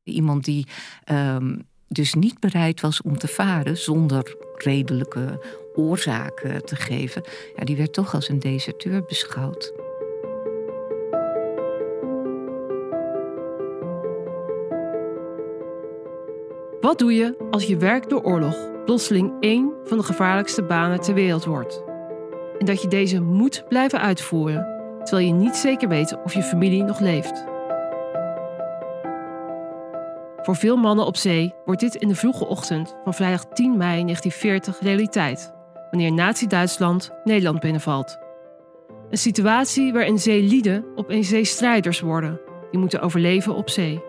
Iemand die dus niet bereid was om te varen zonder redelijke oorzaken te geven. Ja, die werd toch als een deserteur beschouwd. Wat doe je als je werk door oorlog plotseling één van de gevaarlijkste banen ter wereld wordt? En dat je deze moet blijven uitvoeren, terwijl je niet zeker weet of je familie nog leeft. Voor veel mannen op zee wordt dit in de vroege ochtend van vrijdag 10 mei 1940 realiteit, wanneer Nazi-Duitsland Nederland binnenvalt. Een situatie waarin zeelieden opeens zeestrijders worden, die moeten overleven op zee.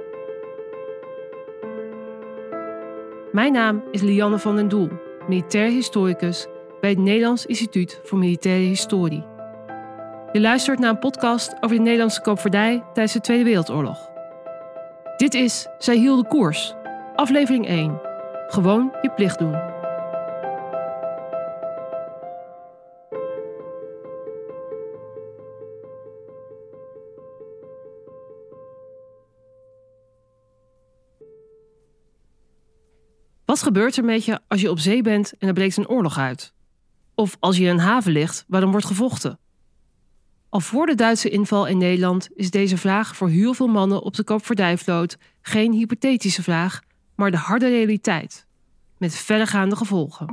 Mijn naam is Lianne van den Doel, militair historicus bij het Nederlands Instituut voor Militaire Historie. Je luistert naar een podcast over de Nederlandse koopvaardij tijdens de Tweede Wereldoorlog. Dit is Zij hielden koers, aflevering 1. Gewoon je plicht doen. Wat gebeurt er met je als je op zee bent en er breekt een oorlog uit? Of als je in een haven ligt waar dan wordt gevochten? Al voor de Duitse inval in Nederland is deze vraag voor heel veel mannen op de koopvaardijvloot geen hypothetische vraag, maar de harde realiteit. Met verregaande gevolgen.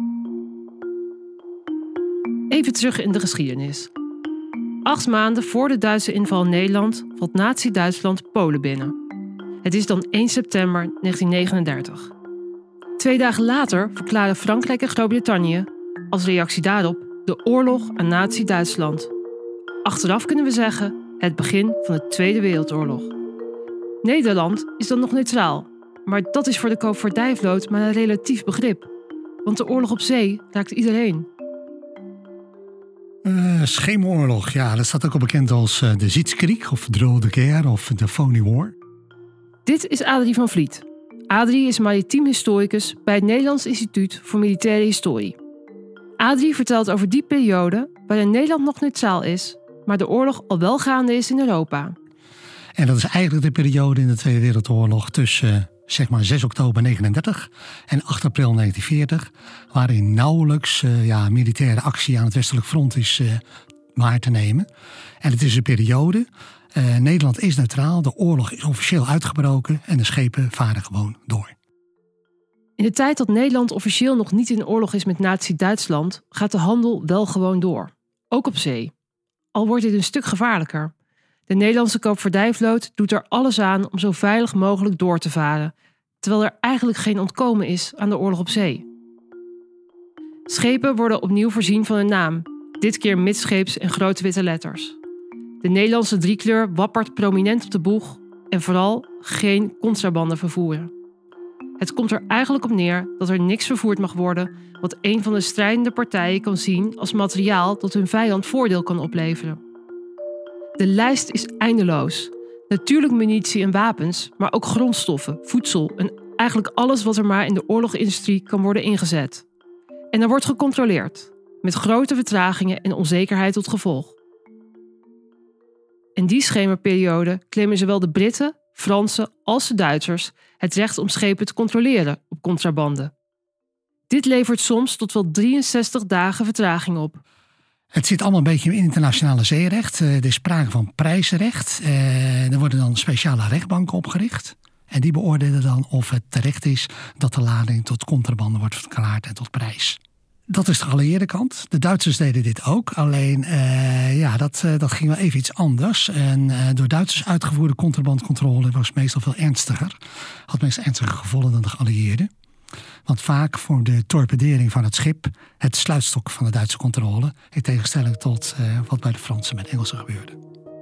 Even terug in de geschiedenis. 8 maanden voor de Duitse inval in Nederland valt Nazi-Duitsland Polen binnen. Het is dan 1 september 1939. 2 dagen later verklaren Frankrijk en Groot-Brittannië als reactie daarop de oorlog aan Nazi-Duitsland. Achteraf kunnen we zeggen het begin van de Tweede Wereldoorlog. Nederland is dan nog neutraal, maar dat is voor de koopvaardijvloot maar een relatief begrip. Want de oorlog op zee raakt iedereen. Schemeroorlog, ja, dat staat ook al bekend als de Sitzkrieg of de Rode Guerre of de Phony War. Dit is Adrie van Vliet. Adrie is maritiem historicus bij het Nederlands Instituut voor Militaire Historie. Adrie vertelt over die periode waarin Nederland nog neutraal is, maar de oorlog al wel gaande is in Europa. En dat is eigenlijk de periode in de Tweede Wereldoorlog tussen 6 oktober 1939 en 8 april 1940... waarin nauwelijks militaire actie aan het westelijk front is waar te nemen. En het is een periode, Nederland is neutraal, de oorlog is officieel uitgebroken en de schepen varen gewoon door. In de tijd dat Nederland officieel nog niet in oorlog is met Nazi-Duitsland, gaat de handel wel gewoon door. Ook op zee. Al wordt dit een stuk gevaarlijker. De Nederlandse koopvaardijvloot doet er alles aan om zo veilig mogelijk door te varen, terwijl er eigenlijk geen ontkomen is aan de oorlog op zee. Schepen worden opnieuw voorzien van een naam, dit keer midscheeps en grote witte letters. De Nederlandse driekleur wappert prominent op de boeg en vooral geen contrabande vervoeren. Het komt er eigenlijk op neer dat er niks vervoerd mag worden wat een van de strijdende partijen kan zien als materiaal dat hun vijand voordeel kan opleveren. De lijst is eindeloos. Natuurlijk munitie en wapens, maar ook grondstoffen, voedsel en eigenlijk alles wat er maar in de oorlogsindustrie kan worden ingezet. En er wordt gecontroleerd, met grote vertragingen en onzekerheid tot gevolg. In die schemerperiode claimen zowel de Britten, Fransen als de Duitsers het recht om schepen te controleren op contrabande. Dit levert soms tot wel 63 dagen vertraging op. Het zit allemaal een beetje in internationale zeerecht. Er is sprake van prijzenrecht. Er worden dan speciale rechtbanken opgericht. En die beoordelen dan of het terecht is dat de lading tot contrabande wordt verklaard en tot prijs. Dat is de geallieerde kant. De Duitsers deden dit ook. Alleen, dat ging wel even iets anders. En door Duitsers uitgevoerde contrabandcontrole was meestal veel ernstiger. Had meestal ernstiger gevolgen dan de geallieerden. Want vaak vormde de torpedering van het schip het sluitstok van de Duitse controle. In tegenstelling tot wat bij de Fransen met Engelsen gebeurde.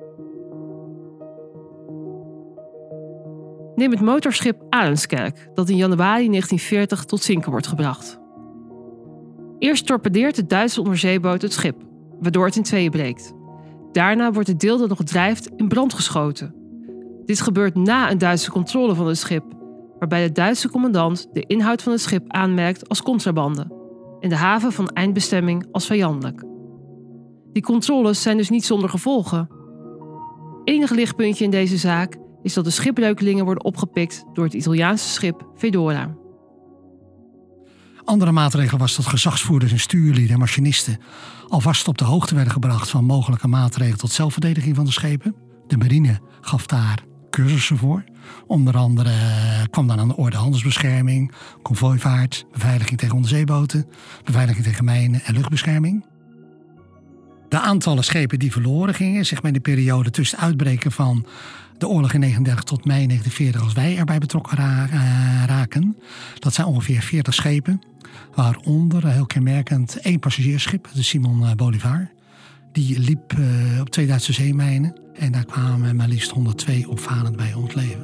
Neem het motorschip Arendskerk, dat in januari 1940 tot zinken wordt gebracht. Eerst torpedeert de Duitse onderzeeboot het schip, waardoor het in tweeën breekt. Daarna wordt het deel dat nog drijft in brand geschoten. Dit gebeurt na een Duitse controle van het schip, waarbij de Duitse commandant de inhoud van het schip aanmerkt als contrabande en de haven van eindbestemming als vijandelijk. Die controles zijn dus niet zonder gevolgen. Enig lichtpuntje in deze zaak is dat de schipbreukelingen worden opgepikt door het Italiaanse schip Fedora. Andere maatregel was dat gezagsvoerders en stuurlieden en machinisten alvast op de hoogte werden gebracht van mogelijke maatregelen tot zelfverdediging van de schepen. De marine gaf daar cursussen voor. Onder andere kwam dan aan de orde handelsbescherming, konvooivaart, beveiliging tegen onderzeeboten, beveiliging tegen mijnen en luchtbescherming. De aantallen schepen die verloren gingen, zeg maar in de periode tussen het uitbreken van de oorlog in 1939 tot mei 1940, als wij erbij betrokken raken, dat zijn ongeveer 40 schepen. Waaronder, heel kenmerkend, 1 passagiersschip, de Simon Bolivar. Die liep op 2 Duitse zeemijnen en daar kwamen maar liefst 102 opvarenden bij om het leven.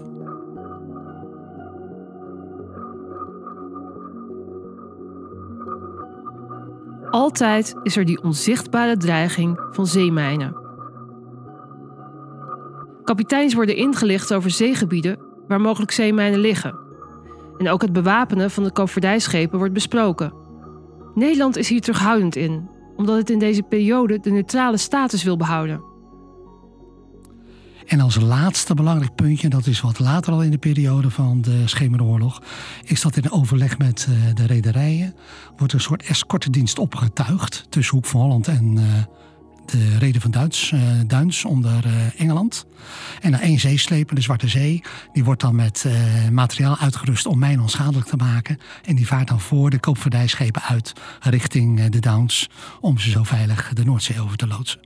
Altijd is er die onzichtbare dreiging van zeemijnen. Kapiteins worden ingelicht over zeegebieden waar mogelijk zeemijnen liggen. En ook het bewapenen van de koopvaardijschepen wordt besproken. Nederland is hier terughoudend in, omdat het in deze periode de neutrale status wil behouden. En als laatste belangrijk puntje, dat is wat later al in de periode van de Schemeroorlog, is dat in overleg met de rederijen wordt een soort escortedienst opgetuigd tussen Hoek van Holland en de reden van Duins onder Engeland. En naar 1 zeesleper, de Zwarte Zee, die wordt dan met materiaal uitgerust om mijnen onschadelijk te maken. En die vaart dan voor de koopvaardijschepen uit richting de Downs om ze zo veilig de Noordzee over te loodsen.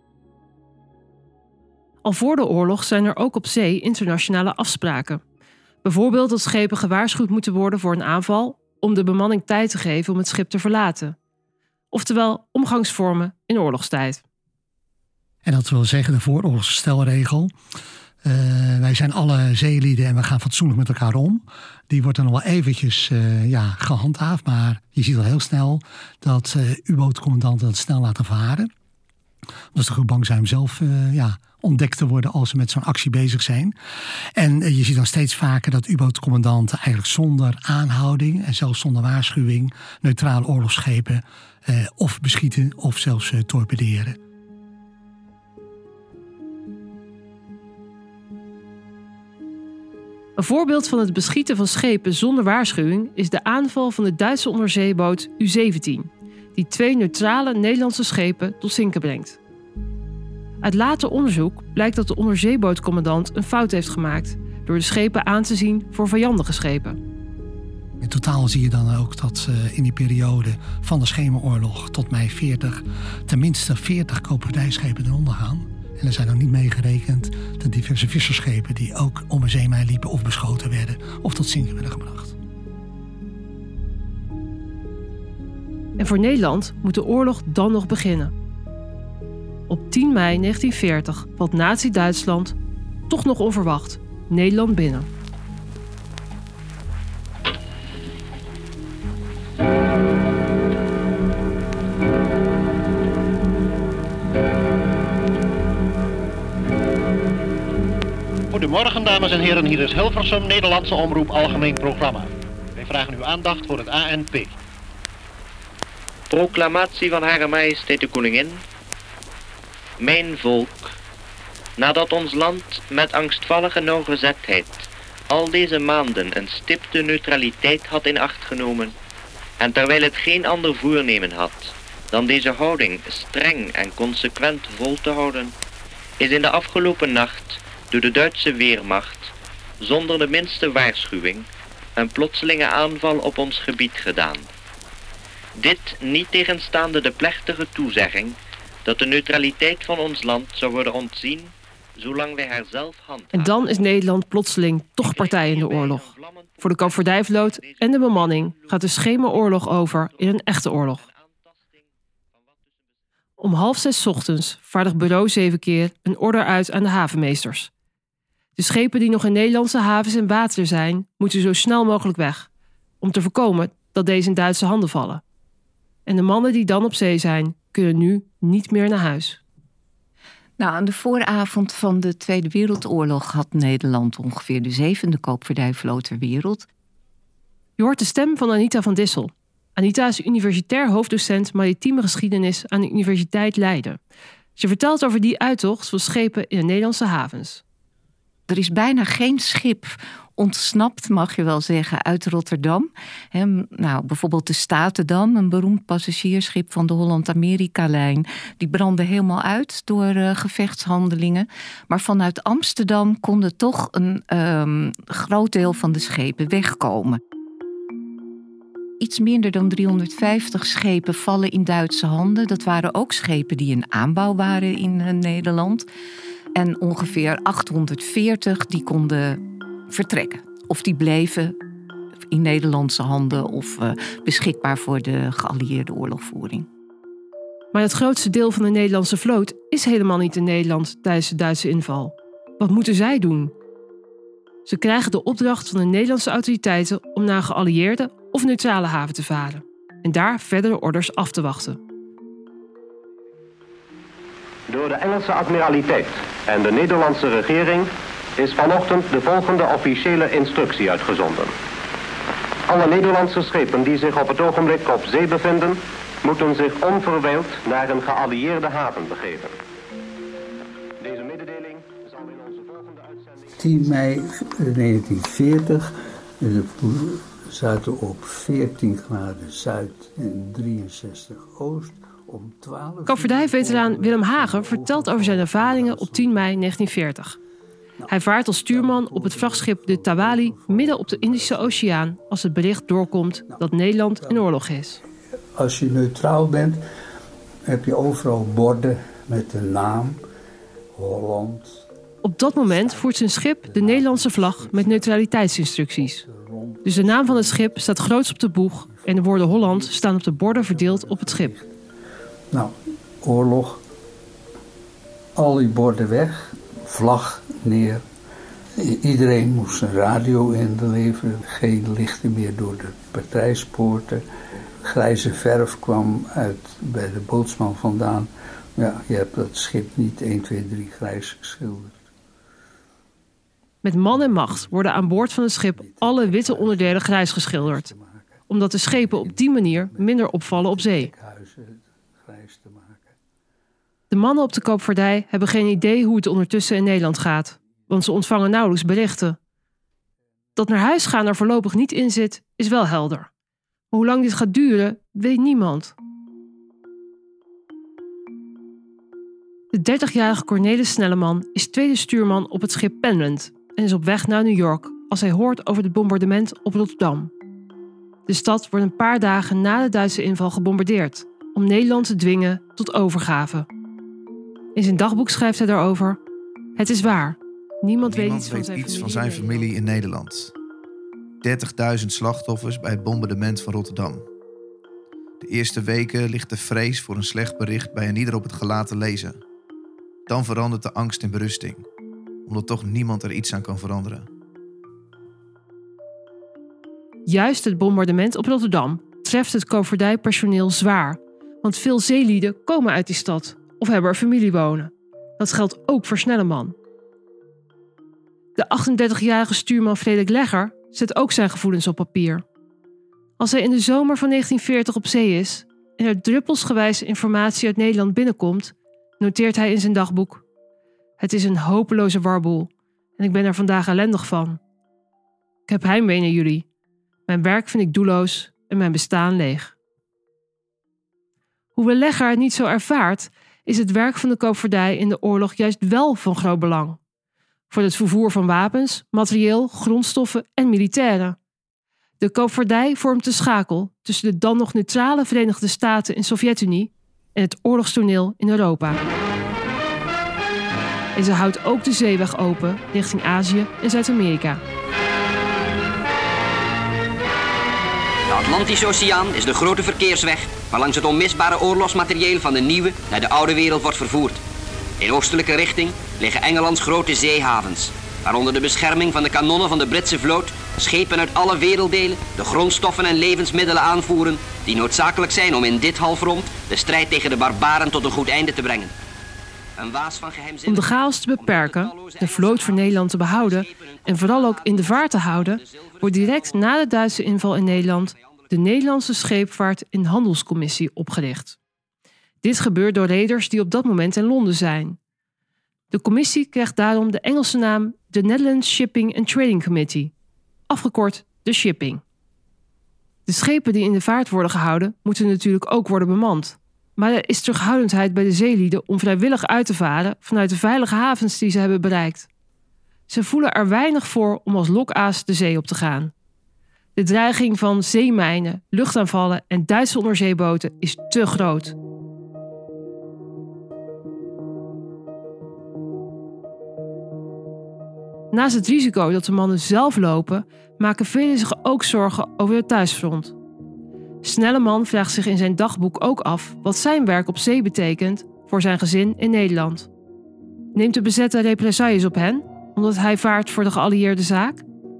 Al voor de oorlog zijn er ook op zee internationale afspraken. Bijvoorbeeld dat schepen gewaarschuwd moeten worden voor een aanval om de bemanning tijd te geven om het schip te verlaten. Oftewel omgangsvormen in oorlogstijd. En dat wil zeggen de vooroorlogse stelregel. Wij zijn alle zeelieden en we gaan fatsoenlijk met elkaar om. Die wordt dan nog wel eventjes gehandhaafd. Maar je ziet al heel snel dat U-bootcommandanten dat snel laten varen. Omdat ze toch bang zijn om zelf ontdekt te worden als ze met zo'n actie bezig zijn. En je ziet dan steeds vaker dat U-bootcommandanten eigenlijk zonder aanhouding en zelfs zonder waarschuwing neutrale oorlogsschepen of beschieten of zelfs torpederen. Een voorbeeld van het beschieten van schepen zonder waarschuwing is de aanval van de Duitse onderzeeboot U-17, die 2 neutrale Nederlandse schepen tot zinken brengt. Uit later onderzoek blijkt dat de onderzeebootcommandant een fout heeft gemaakt door de schepen aan te zien voor vijandige schepen. In totaal zie je dan ook dat in die periode van de Schemeroorlog tot mei 40 tenminste 40 koopvaardijschepen eronder gaan. En er zijn nog niet meegerekend de diverse vissersschepen die ook om een zeemijn liepen of beschoten werden of tot zinken werden gebracht. En voor Nederland moet de oorlog dan nog beginnen. Op 10 mei 1940 valt Nazi-Duitsland, toch nog onverwacht, Nederland binnen. Goedemorgen dames en heren, hier is Hilversum, Nederlandse Omroep Algemeen Programma. Wij vragen uw aandacht voor het ANP. Proclamatie van Hare Majesteit de Koningin. Mijn volk, nadat ons land met angstvallige nauwgezetheid al deze maanden een stipte neutraliteit had in acht genomen en terwijl het geen ander voornemen had dan deze houding streng en consequent vol te houden, is in de afgelopen nacht door de Duitse Weermacht zonder de minste waarschuwing een plotselinge aanval op ons gebied gedaan. Dit niet tegenstaande de plechtige toezegging dat de neutraliteit van ons land zou worden ontzien zolang wij haar zelf handhaven. En dan is Nederland plotseling toch partij in de oorlog. Voor de koopvaardijvloot en de bemanning gaat de Schemeroorlog over in een echte oorlog. Om 5:30 ochtends vaardigt bureau Zevenkeer een order uit aan de havenmeesters. De schepen die nog in Nederlandse havens en wateren zijn, moeten zo snel mogelijk weg, om te voorkomen dat deze in Duitse handen vallen. En de mannen die dan op zee zijn, kunnen nu niet meer naar huis. Nou, aan de vooravond van de Tweede Wereldoorlog had Nederland ongeveer de 7e koopvaardijvloot ter wereld. Je hoort de stem van Anita van Dissel. Anita is universitair hoofddocent maritieme geschiedenis aan de Universiteit Leiden. Ze vertelt over die uittocht van schepen in de Nederlandse havens. Er is bijna geen schip ontsnapt, mag je wel zeggen, uit Rotterdam. Bijvoorbeeld de Statendam, een beroemd passagiersschip van de Holland-Amerika-lijn. Die brandde helemaal uit door gevechtshandelingen. Maar vanuit Amsterdam konden toch een groot deel van de schepen wegkomen. Iets minder dan 350 schepen vallen in Duitse handen. Dat waren ook schepen die in aanbouw waren in Nederland. En ongeveer 840 die konden vertrekken. Of die bleven in Nederlandse handen of beschikbaar voor de geallieerde oorlogvoering. Maar het grootste deel van de Nederlandse vloot is helemaal niet in Nederland tijdens de Duitse inval. Wat moeten zij doen? Ze krijgen de opdracht van de Nederlandse autoriteiten om naar een geallieerde of neutrale haven te varen. En daar verdere orders af te wachten. Door de Engelse admiraliteit en de Nederlandse regering is vanochtend de volgende officiële instructie uitgezonden. Alle Nederlandse schepen die zich op het ogenblik op zee bevinden, moeten zich onverwijld naar een geallieerde haven begeven. Deze mededeling zal in onze volgende uitzending... 10 mei 1940, we zaten op 14 graden zuid en 63 oost. Koopvaardij-veteraan Willem Hagen vertelt over zijn ervaringen op 10 mei 1940. Hij vaart als stuurman op het vrachtschip de Tawali midden op de Indische Oceaan als het bericht doorkomt dat Nederland in oorlog is. Als je neutraal bent, heb je overal borden met de naam Holland. Op dat moment voert zijn schip de Nederlandse vlag met neutraliteitsinstructies. Dus de naam van het schip staat groots op de boeg en de woorden Holland staan op de borden verdeeld op het schip. Nou, oorlog, al die borden weg, vlag neer. Iedereen moest een radio inleveren, geen lichten meer door de partijspoorten. Grijze verf kwam bij de bootsman vandaan. Ja, je hebt dat schip niet 1, 2, 3 grijs geschilderd. Met man en macht worden aan boord van het schip alle witte onderdelen grijs geschilderd. Omdat de schepen op die manier minder opvallen op zee. De mannen op de koopvaardij hebben geen idee hoe het ondertussen in Nederland gaat. Want ze ontvangen nauwelijks berichten. Dat naar huis gaan er voorlopig niet in zit, is wel helder. Maar hoe lang dit gaat duren, weet niemand. De 30-jarige Cornelis Snelleman is tweede stuurman op het schip Penland en is op weg naar New York als hij hoort over het bombardement op Rotterdam. De stad wordt een paar dagen na de Duitse inval gebombardeerd om Nederland te dwingen tot overgave. In zijn dagboek schrijft hij daarover: het is waar, niemand weet iets van zijn familie in Nederland. 30.000 slachtoffers bij het bombardement van Rotterdam. De eerste weken ligt de vrees voor een slecht bericht bij een ieder op het gelaat te lezen. Dan verandert de angst in berusting, omdat toch niemand er iets aan kan veranderen. Juist het bombardement op Rotterdam treft het koopvaardijpersoneel zwaar, want veel zeelieden komen uit die stad of hebben er familie wonen. Dat geldt ook voor Snelleman. De 38-jarige stuurman Frederik Legger zet ook zijn gevoelens op papier. Als hij in de zomer van 1940 op zee is en er druppelsgewijs informatie uit Nederland binnenkomt, noteert hij in zijn dagboek: het is een hopeloze warboel en ik ben er vandaag ellendig van. Ik heb heimwee naar jullie. Mijn werk vind ik doelloos en mijn bestaan leeg. Hoewel Legger het niet zo ervaart, is het werk van de koopvaardij in de oorlog juist wel van groot belang. Voor het vervoer van wapens, materieel, grondstoffen en militairen. De koopvaardij vormt de schakel tussen de dan nog neutrale Verenigde Staten en Sovjet-Unie en het oorlogstoneel in Europa. En ze houdt ook de zeeweg open richting Azië en Zuid-Amerika. De Atlantische Oceaan is de grote verkeersweg waarlangs het onmisbare oorlogsmaterieel van de nieuwe naar de oude wereld wordt vervoerd. In oostelijke richting liggen Engelands grote zeehavens, waar onder de bescherming van de kanonnen van de Britse vloot schepen uit alle werelddelen de grondstoffen en levensmiddelen aanvoeren die noodzakelijk zijn om in dit halfrond de strijd tegen de barbaren tot een goed einde te brengen. Een waas van geheimzinnig... Om de chaos te beperken, de vloot voor Nederland te behouden en vooral ook in de vaart te houden, wordt direct na de Duitse inval in Nederland de Nederlandse Scheepvaart- en Handelscommissie opgericht. Dit gebeurt door reders die op dat moment in Londen zijn. De commissie krijgt daarom de Engelse naam de Netherlands Shipping and Trading Committee, afgekort de Shipping. De schepen die in de vaart worden gehouden moeten natuurlijk ook worden bemand. Maar er is terughoudendheid bij de zeelieden om vrijwillig uit te varen vanuit de veilige havens die ze hebben bereikt. Ze voelen er weinig voor om als lokaas de zee op te gaan. De dreiging van zeemijnen, luchtaanvallen en Duitse onderzeeboten is te groot. Naast het risico dat de mannen zelf lopen, maken velen zich ook zorgen over het thuisfront. Snelleman vraagt zich in zijn dagboek ook af wat zijn werk op zee betekent voor zijn gezin in Nederland. Neemt de bezetter represailles op hen, omdat hij vaart voor de geallieerde zaak?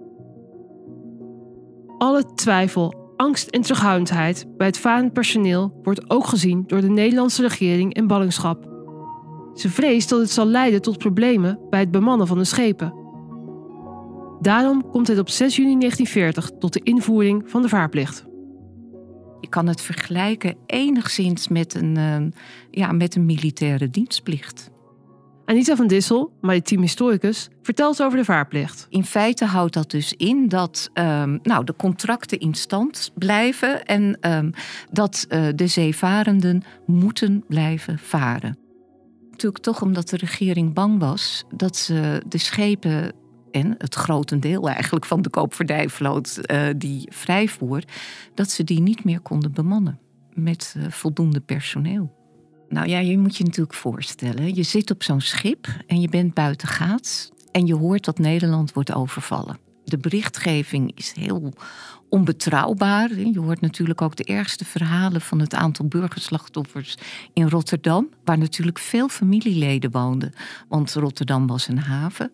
Alle twijfel, angst en terughoudendheid bij het varend personeel wordt ook gezien door de Nederlandse regering en ballingschap. Ze vreest dat het zal leiden tot problemen bij het bemannen van de schepen. Daarom komt het op 6 juni 1940 tot de invoering van de vaarplicht. Je kan het vergelijken enigszins met een militaire dienstplicht. Anita van Dissel, maritiem historicus, vertelt over de vaarplicht. In feite houdt dat dus in dat de contracten in stand blijven en dat de zeevarenden moeten blijven varen. Natuurlijk toch omdat de regering bang was dat ze de schepen en het grotendeel eigenlijk van de koopvaardijvloot die vrijvoer, dat ze die niet meer konden bemannen met voldoende personeel. Nou ja, je moet je natuurlijk voorstellen, je zit op zo'n schip en je bent buitengaats en je hoort dat Nederland wordt overvallen. De berichtgeving is heel onbetrouwbaar. Je hoort natuurlijk ook de ergste verhalen van het aantal burgerslachtoffers in Rotterdam, waar natuurlijk veel familieleden woonden, want Rotterdam was een haven.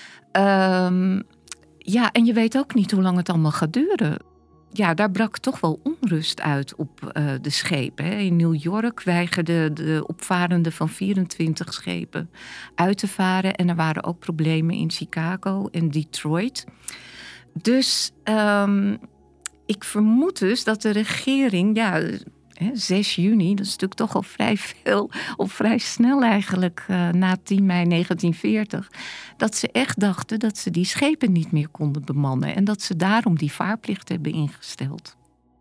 En je weet ook niet hoe lang het allemaal gaat duren. Ja, daar brak toch wel onrust uit op de schepen. Hè. In New York weigerden de opvarenden van 24 schepen uit te varen. En er waren ook problemen in Chicago en Detroit. Dus ik vermoed dus dat de regering, 6 juni, dat is natuurlijk toch al vrij veel, of vrij snel eigenlijk, na 10 mei 1940... dat ze echt dachten dat ze die schepen niet meer konden bemannen en dat ze daarom die vaarplicht hebben ingesteld.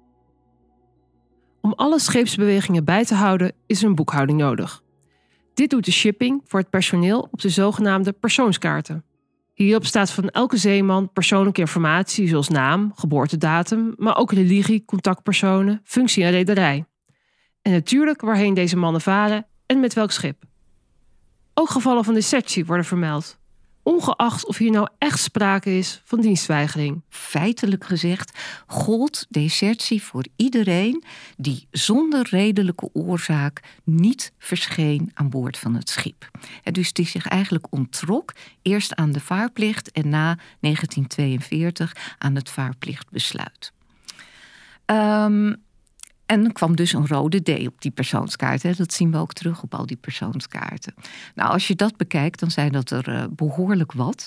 Om alle scheepsbewegingen bij te houden is een boekhouding nodig. Dit doet de shipping voor het personeel op de zogenaamde persoonskaarten. Hierop staat van elke zeeman persoonlijke informatie zoals naam, geboortedatum, maar ook religie, contactpersonen, functie en rederij. En natuurlijk waarheen deze mannen varen en met welk schip. Ook gevallen van desertie worden vermeld, ongeacht of hier nou echt sprake is van dienstweigering. Feitelijk gezegd gold desertie voor iedereen die zonder redelijke oorzaak niet verscheen aan boord van het schip. Dus die zich eigenlijk onttrok eerst aan de vaarplicht en na 1942 aan het vaarplichtbesluit. En er kwam dus een rode D op die persoonskaart. Dat zien we ook terug op al die persoonskaarten. Nou, als je dat bekijkt, dan zijn dat er behoorlijk wat.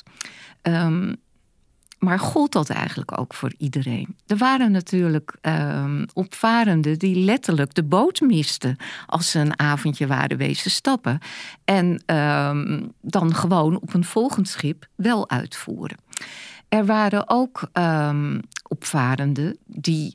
Maar gold dat eigenlijk ook voor iedereen? Er waren natuurlijk opvarenden die letterlijk de boot misten als ze een avondje waren wezen stappen. En dan gewoon op een volgend schip wel uitvoeren. Er waren ook opvarenden die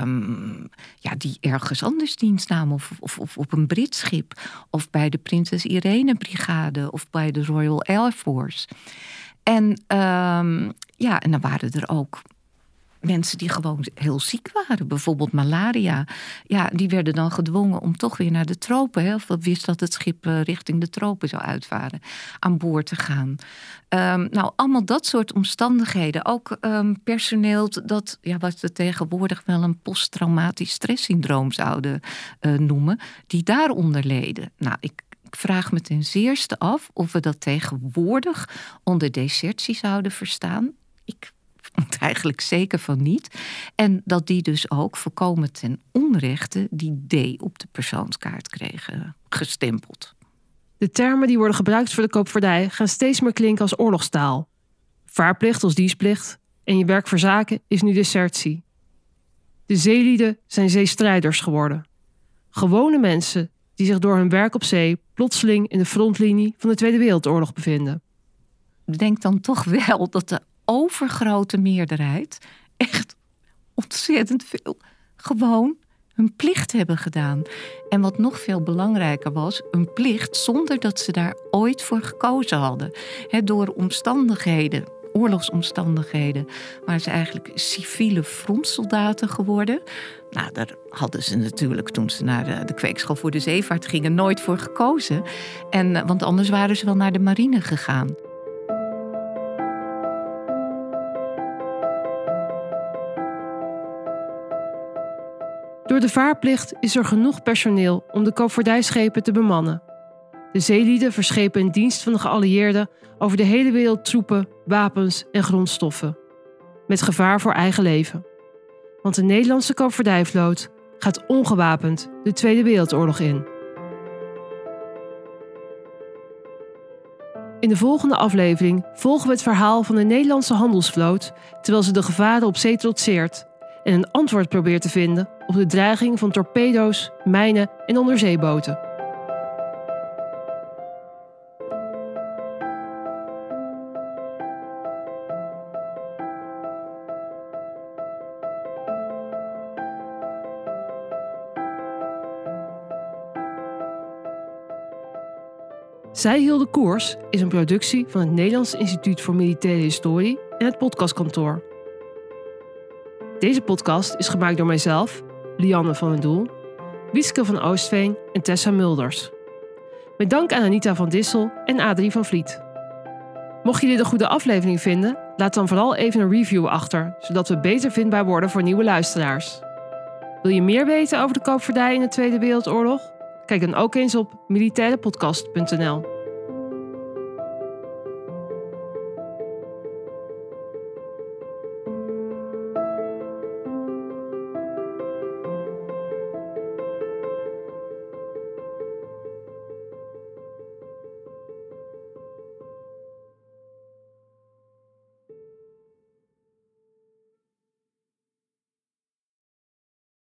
ergens anders dienst namen. Of op een Brits schip. Of bij de Prinses Irene Brigade. Of bij de Royal Air Force. En dan waren er ook mensen die gewoon heel ziek waren. Bijvoorbeeld malaria. Ja, die werden dan gedwongen om toch weer naar de tropen. Hè, of wist dat het schip richting de tropen zou uitvaren. Aan boord te gaan. Allemaal dat soort omstandigheden. Ook personeel dat, wat we tegenwoordig wel een posttraumatisch stresssyndroom zouden noemen. Die daaronder leden. Nou, ik vraag me ten zeerste af of we dat tegenwoordig onder desertie zouden verstaan. Ik vond eigenlijk zeker van niet. En dat die dus ook volkomen ten onrechte die D op de persoonskaart kregen gestempeld. De termen die worden gebruikt voor de koopvaardij gaan steeds meer klinken als oorlogstaal. Vaarplicht als dienstplicht en je werk verzaken is nu desertie. De zeelieden zijn zeestrijders geworden. Gewone mensen die zich door hun werk op zee plotseling in de frontlinie van de Tweede Wereldoorlog bevinden. denk dan toch wel dat de overgrote meerderheid echt ontzettend veel gewoon hun plicht hebben gedaan. En wat nog veel belangrijker was, een plicht zonder dat ze daar ooit voor gekozen hadden. Door omstandigheden, oorlogsomstandigheden, waren ze eigenlijk civiele frontsoldaten geworden. Nou, daar hadden ze natuurlijk toen ze naar de kweekschool voor de zeevaart gingen nooit voor gekozen. Want anders waren ze wel naar de marine gegaan. Door de vaarplicht is er genoeg personeel om de koopvaardijschepen te bemannen. De zeelieden verschepen in dienst van de geallieerden over de hele wereld troepen, wapens en grondstoffen. Met gevaar voor eigen leven. Want de Nederlandse koopvaardijvloot gaat ongewapend de Tweede Wereldoorlog in. In de volgende aflevering volgen we het verhaal van de Nederlandse handelsvloot terwijl ze de gevaren op zee trotseert en een antwoord probeert te vinden op de dreiging van torpedo's, mijnen en onderzeeboten. Zij hielden koers is een productie van het Nederlands Instituut voor Militaire Historie en het podcastkantoor. Deze podcast is gemaakt door mijzelf, Lianne van den Doel, Wieske van Oostveen en Tessa Mulders. Met dank aan Anita van Dissel en Adrie van Vliet. Mocht je dit een goede aflevering vinden, laat dan vooral even een review achter, zodat we beter vindbaar worden voor nieuwe luisteraars. Wil je meer weten over de koopvaardij in de Tweede Wereldoorlog? Kijk dan ook eens op militairepodcast.nl.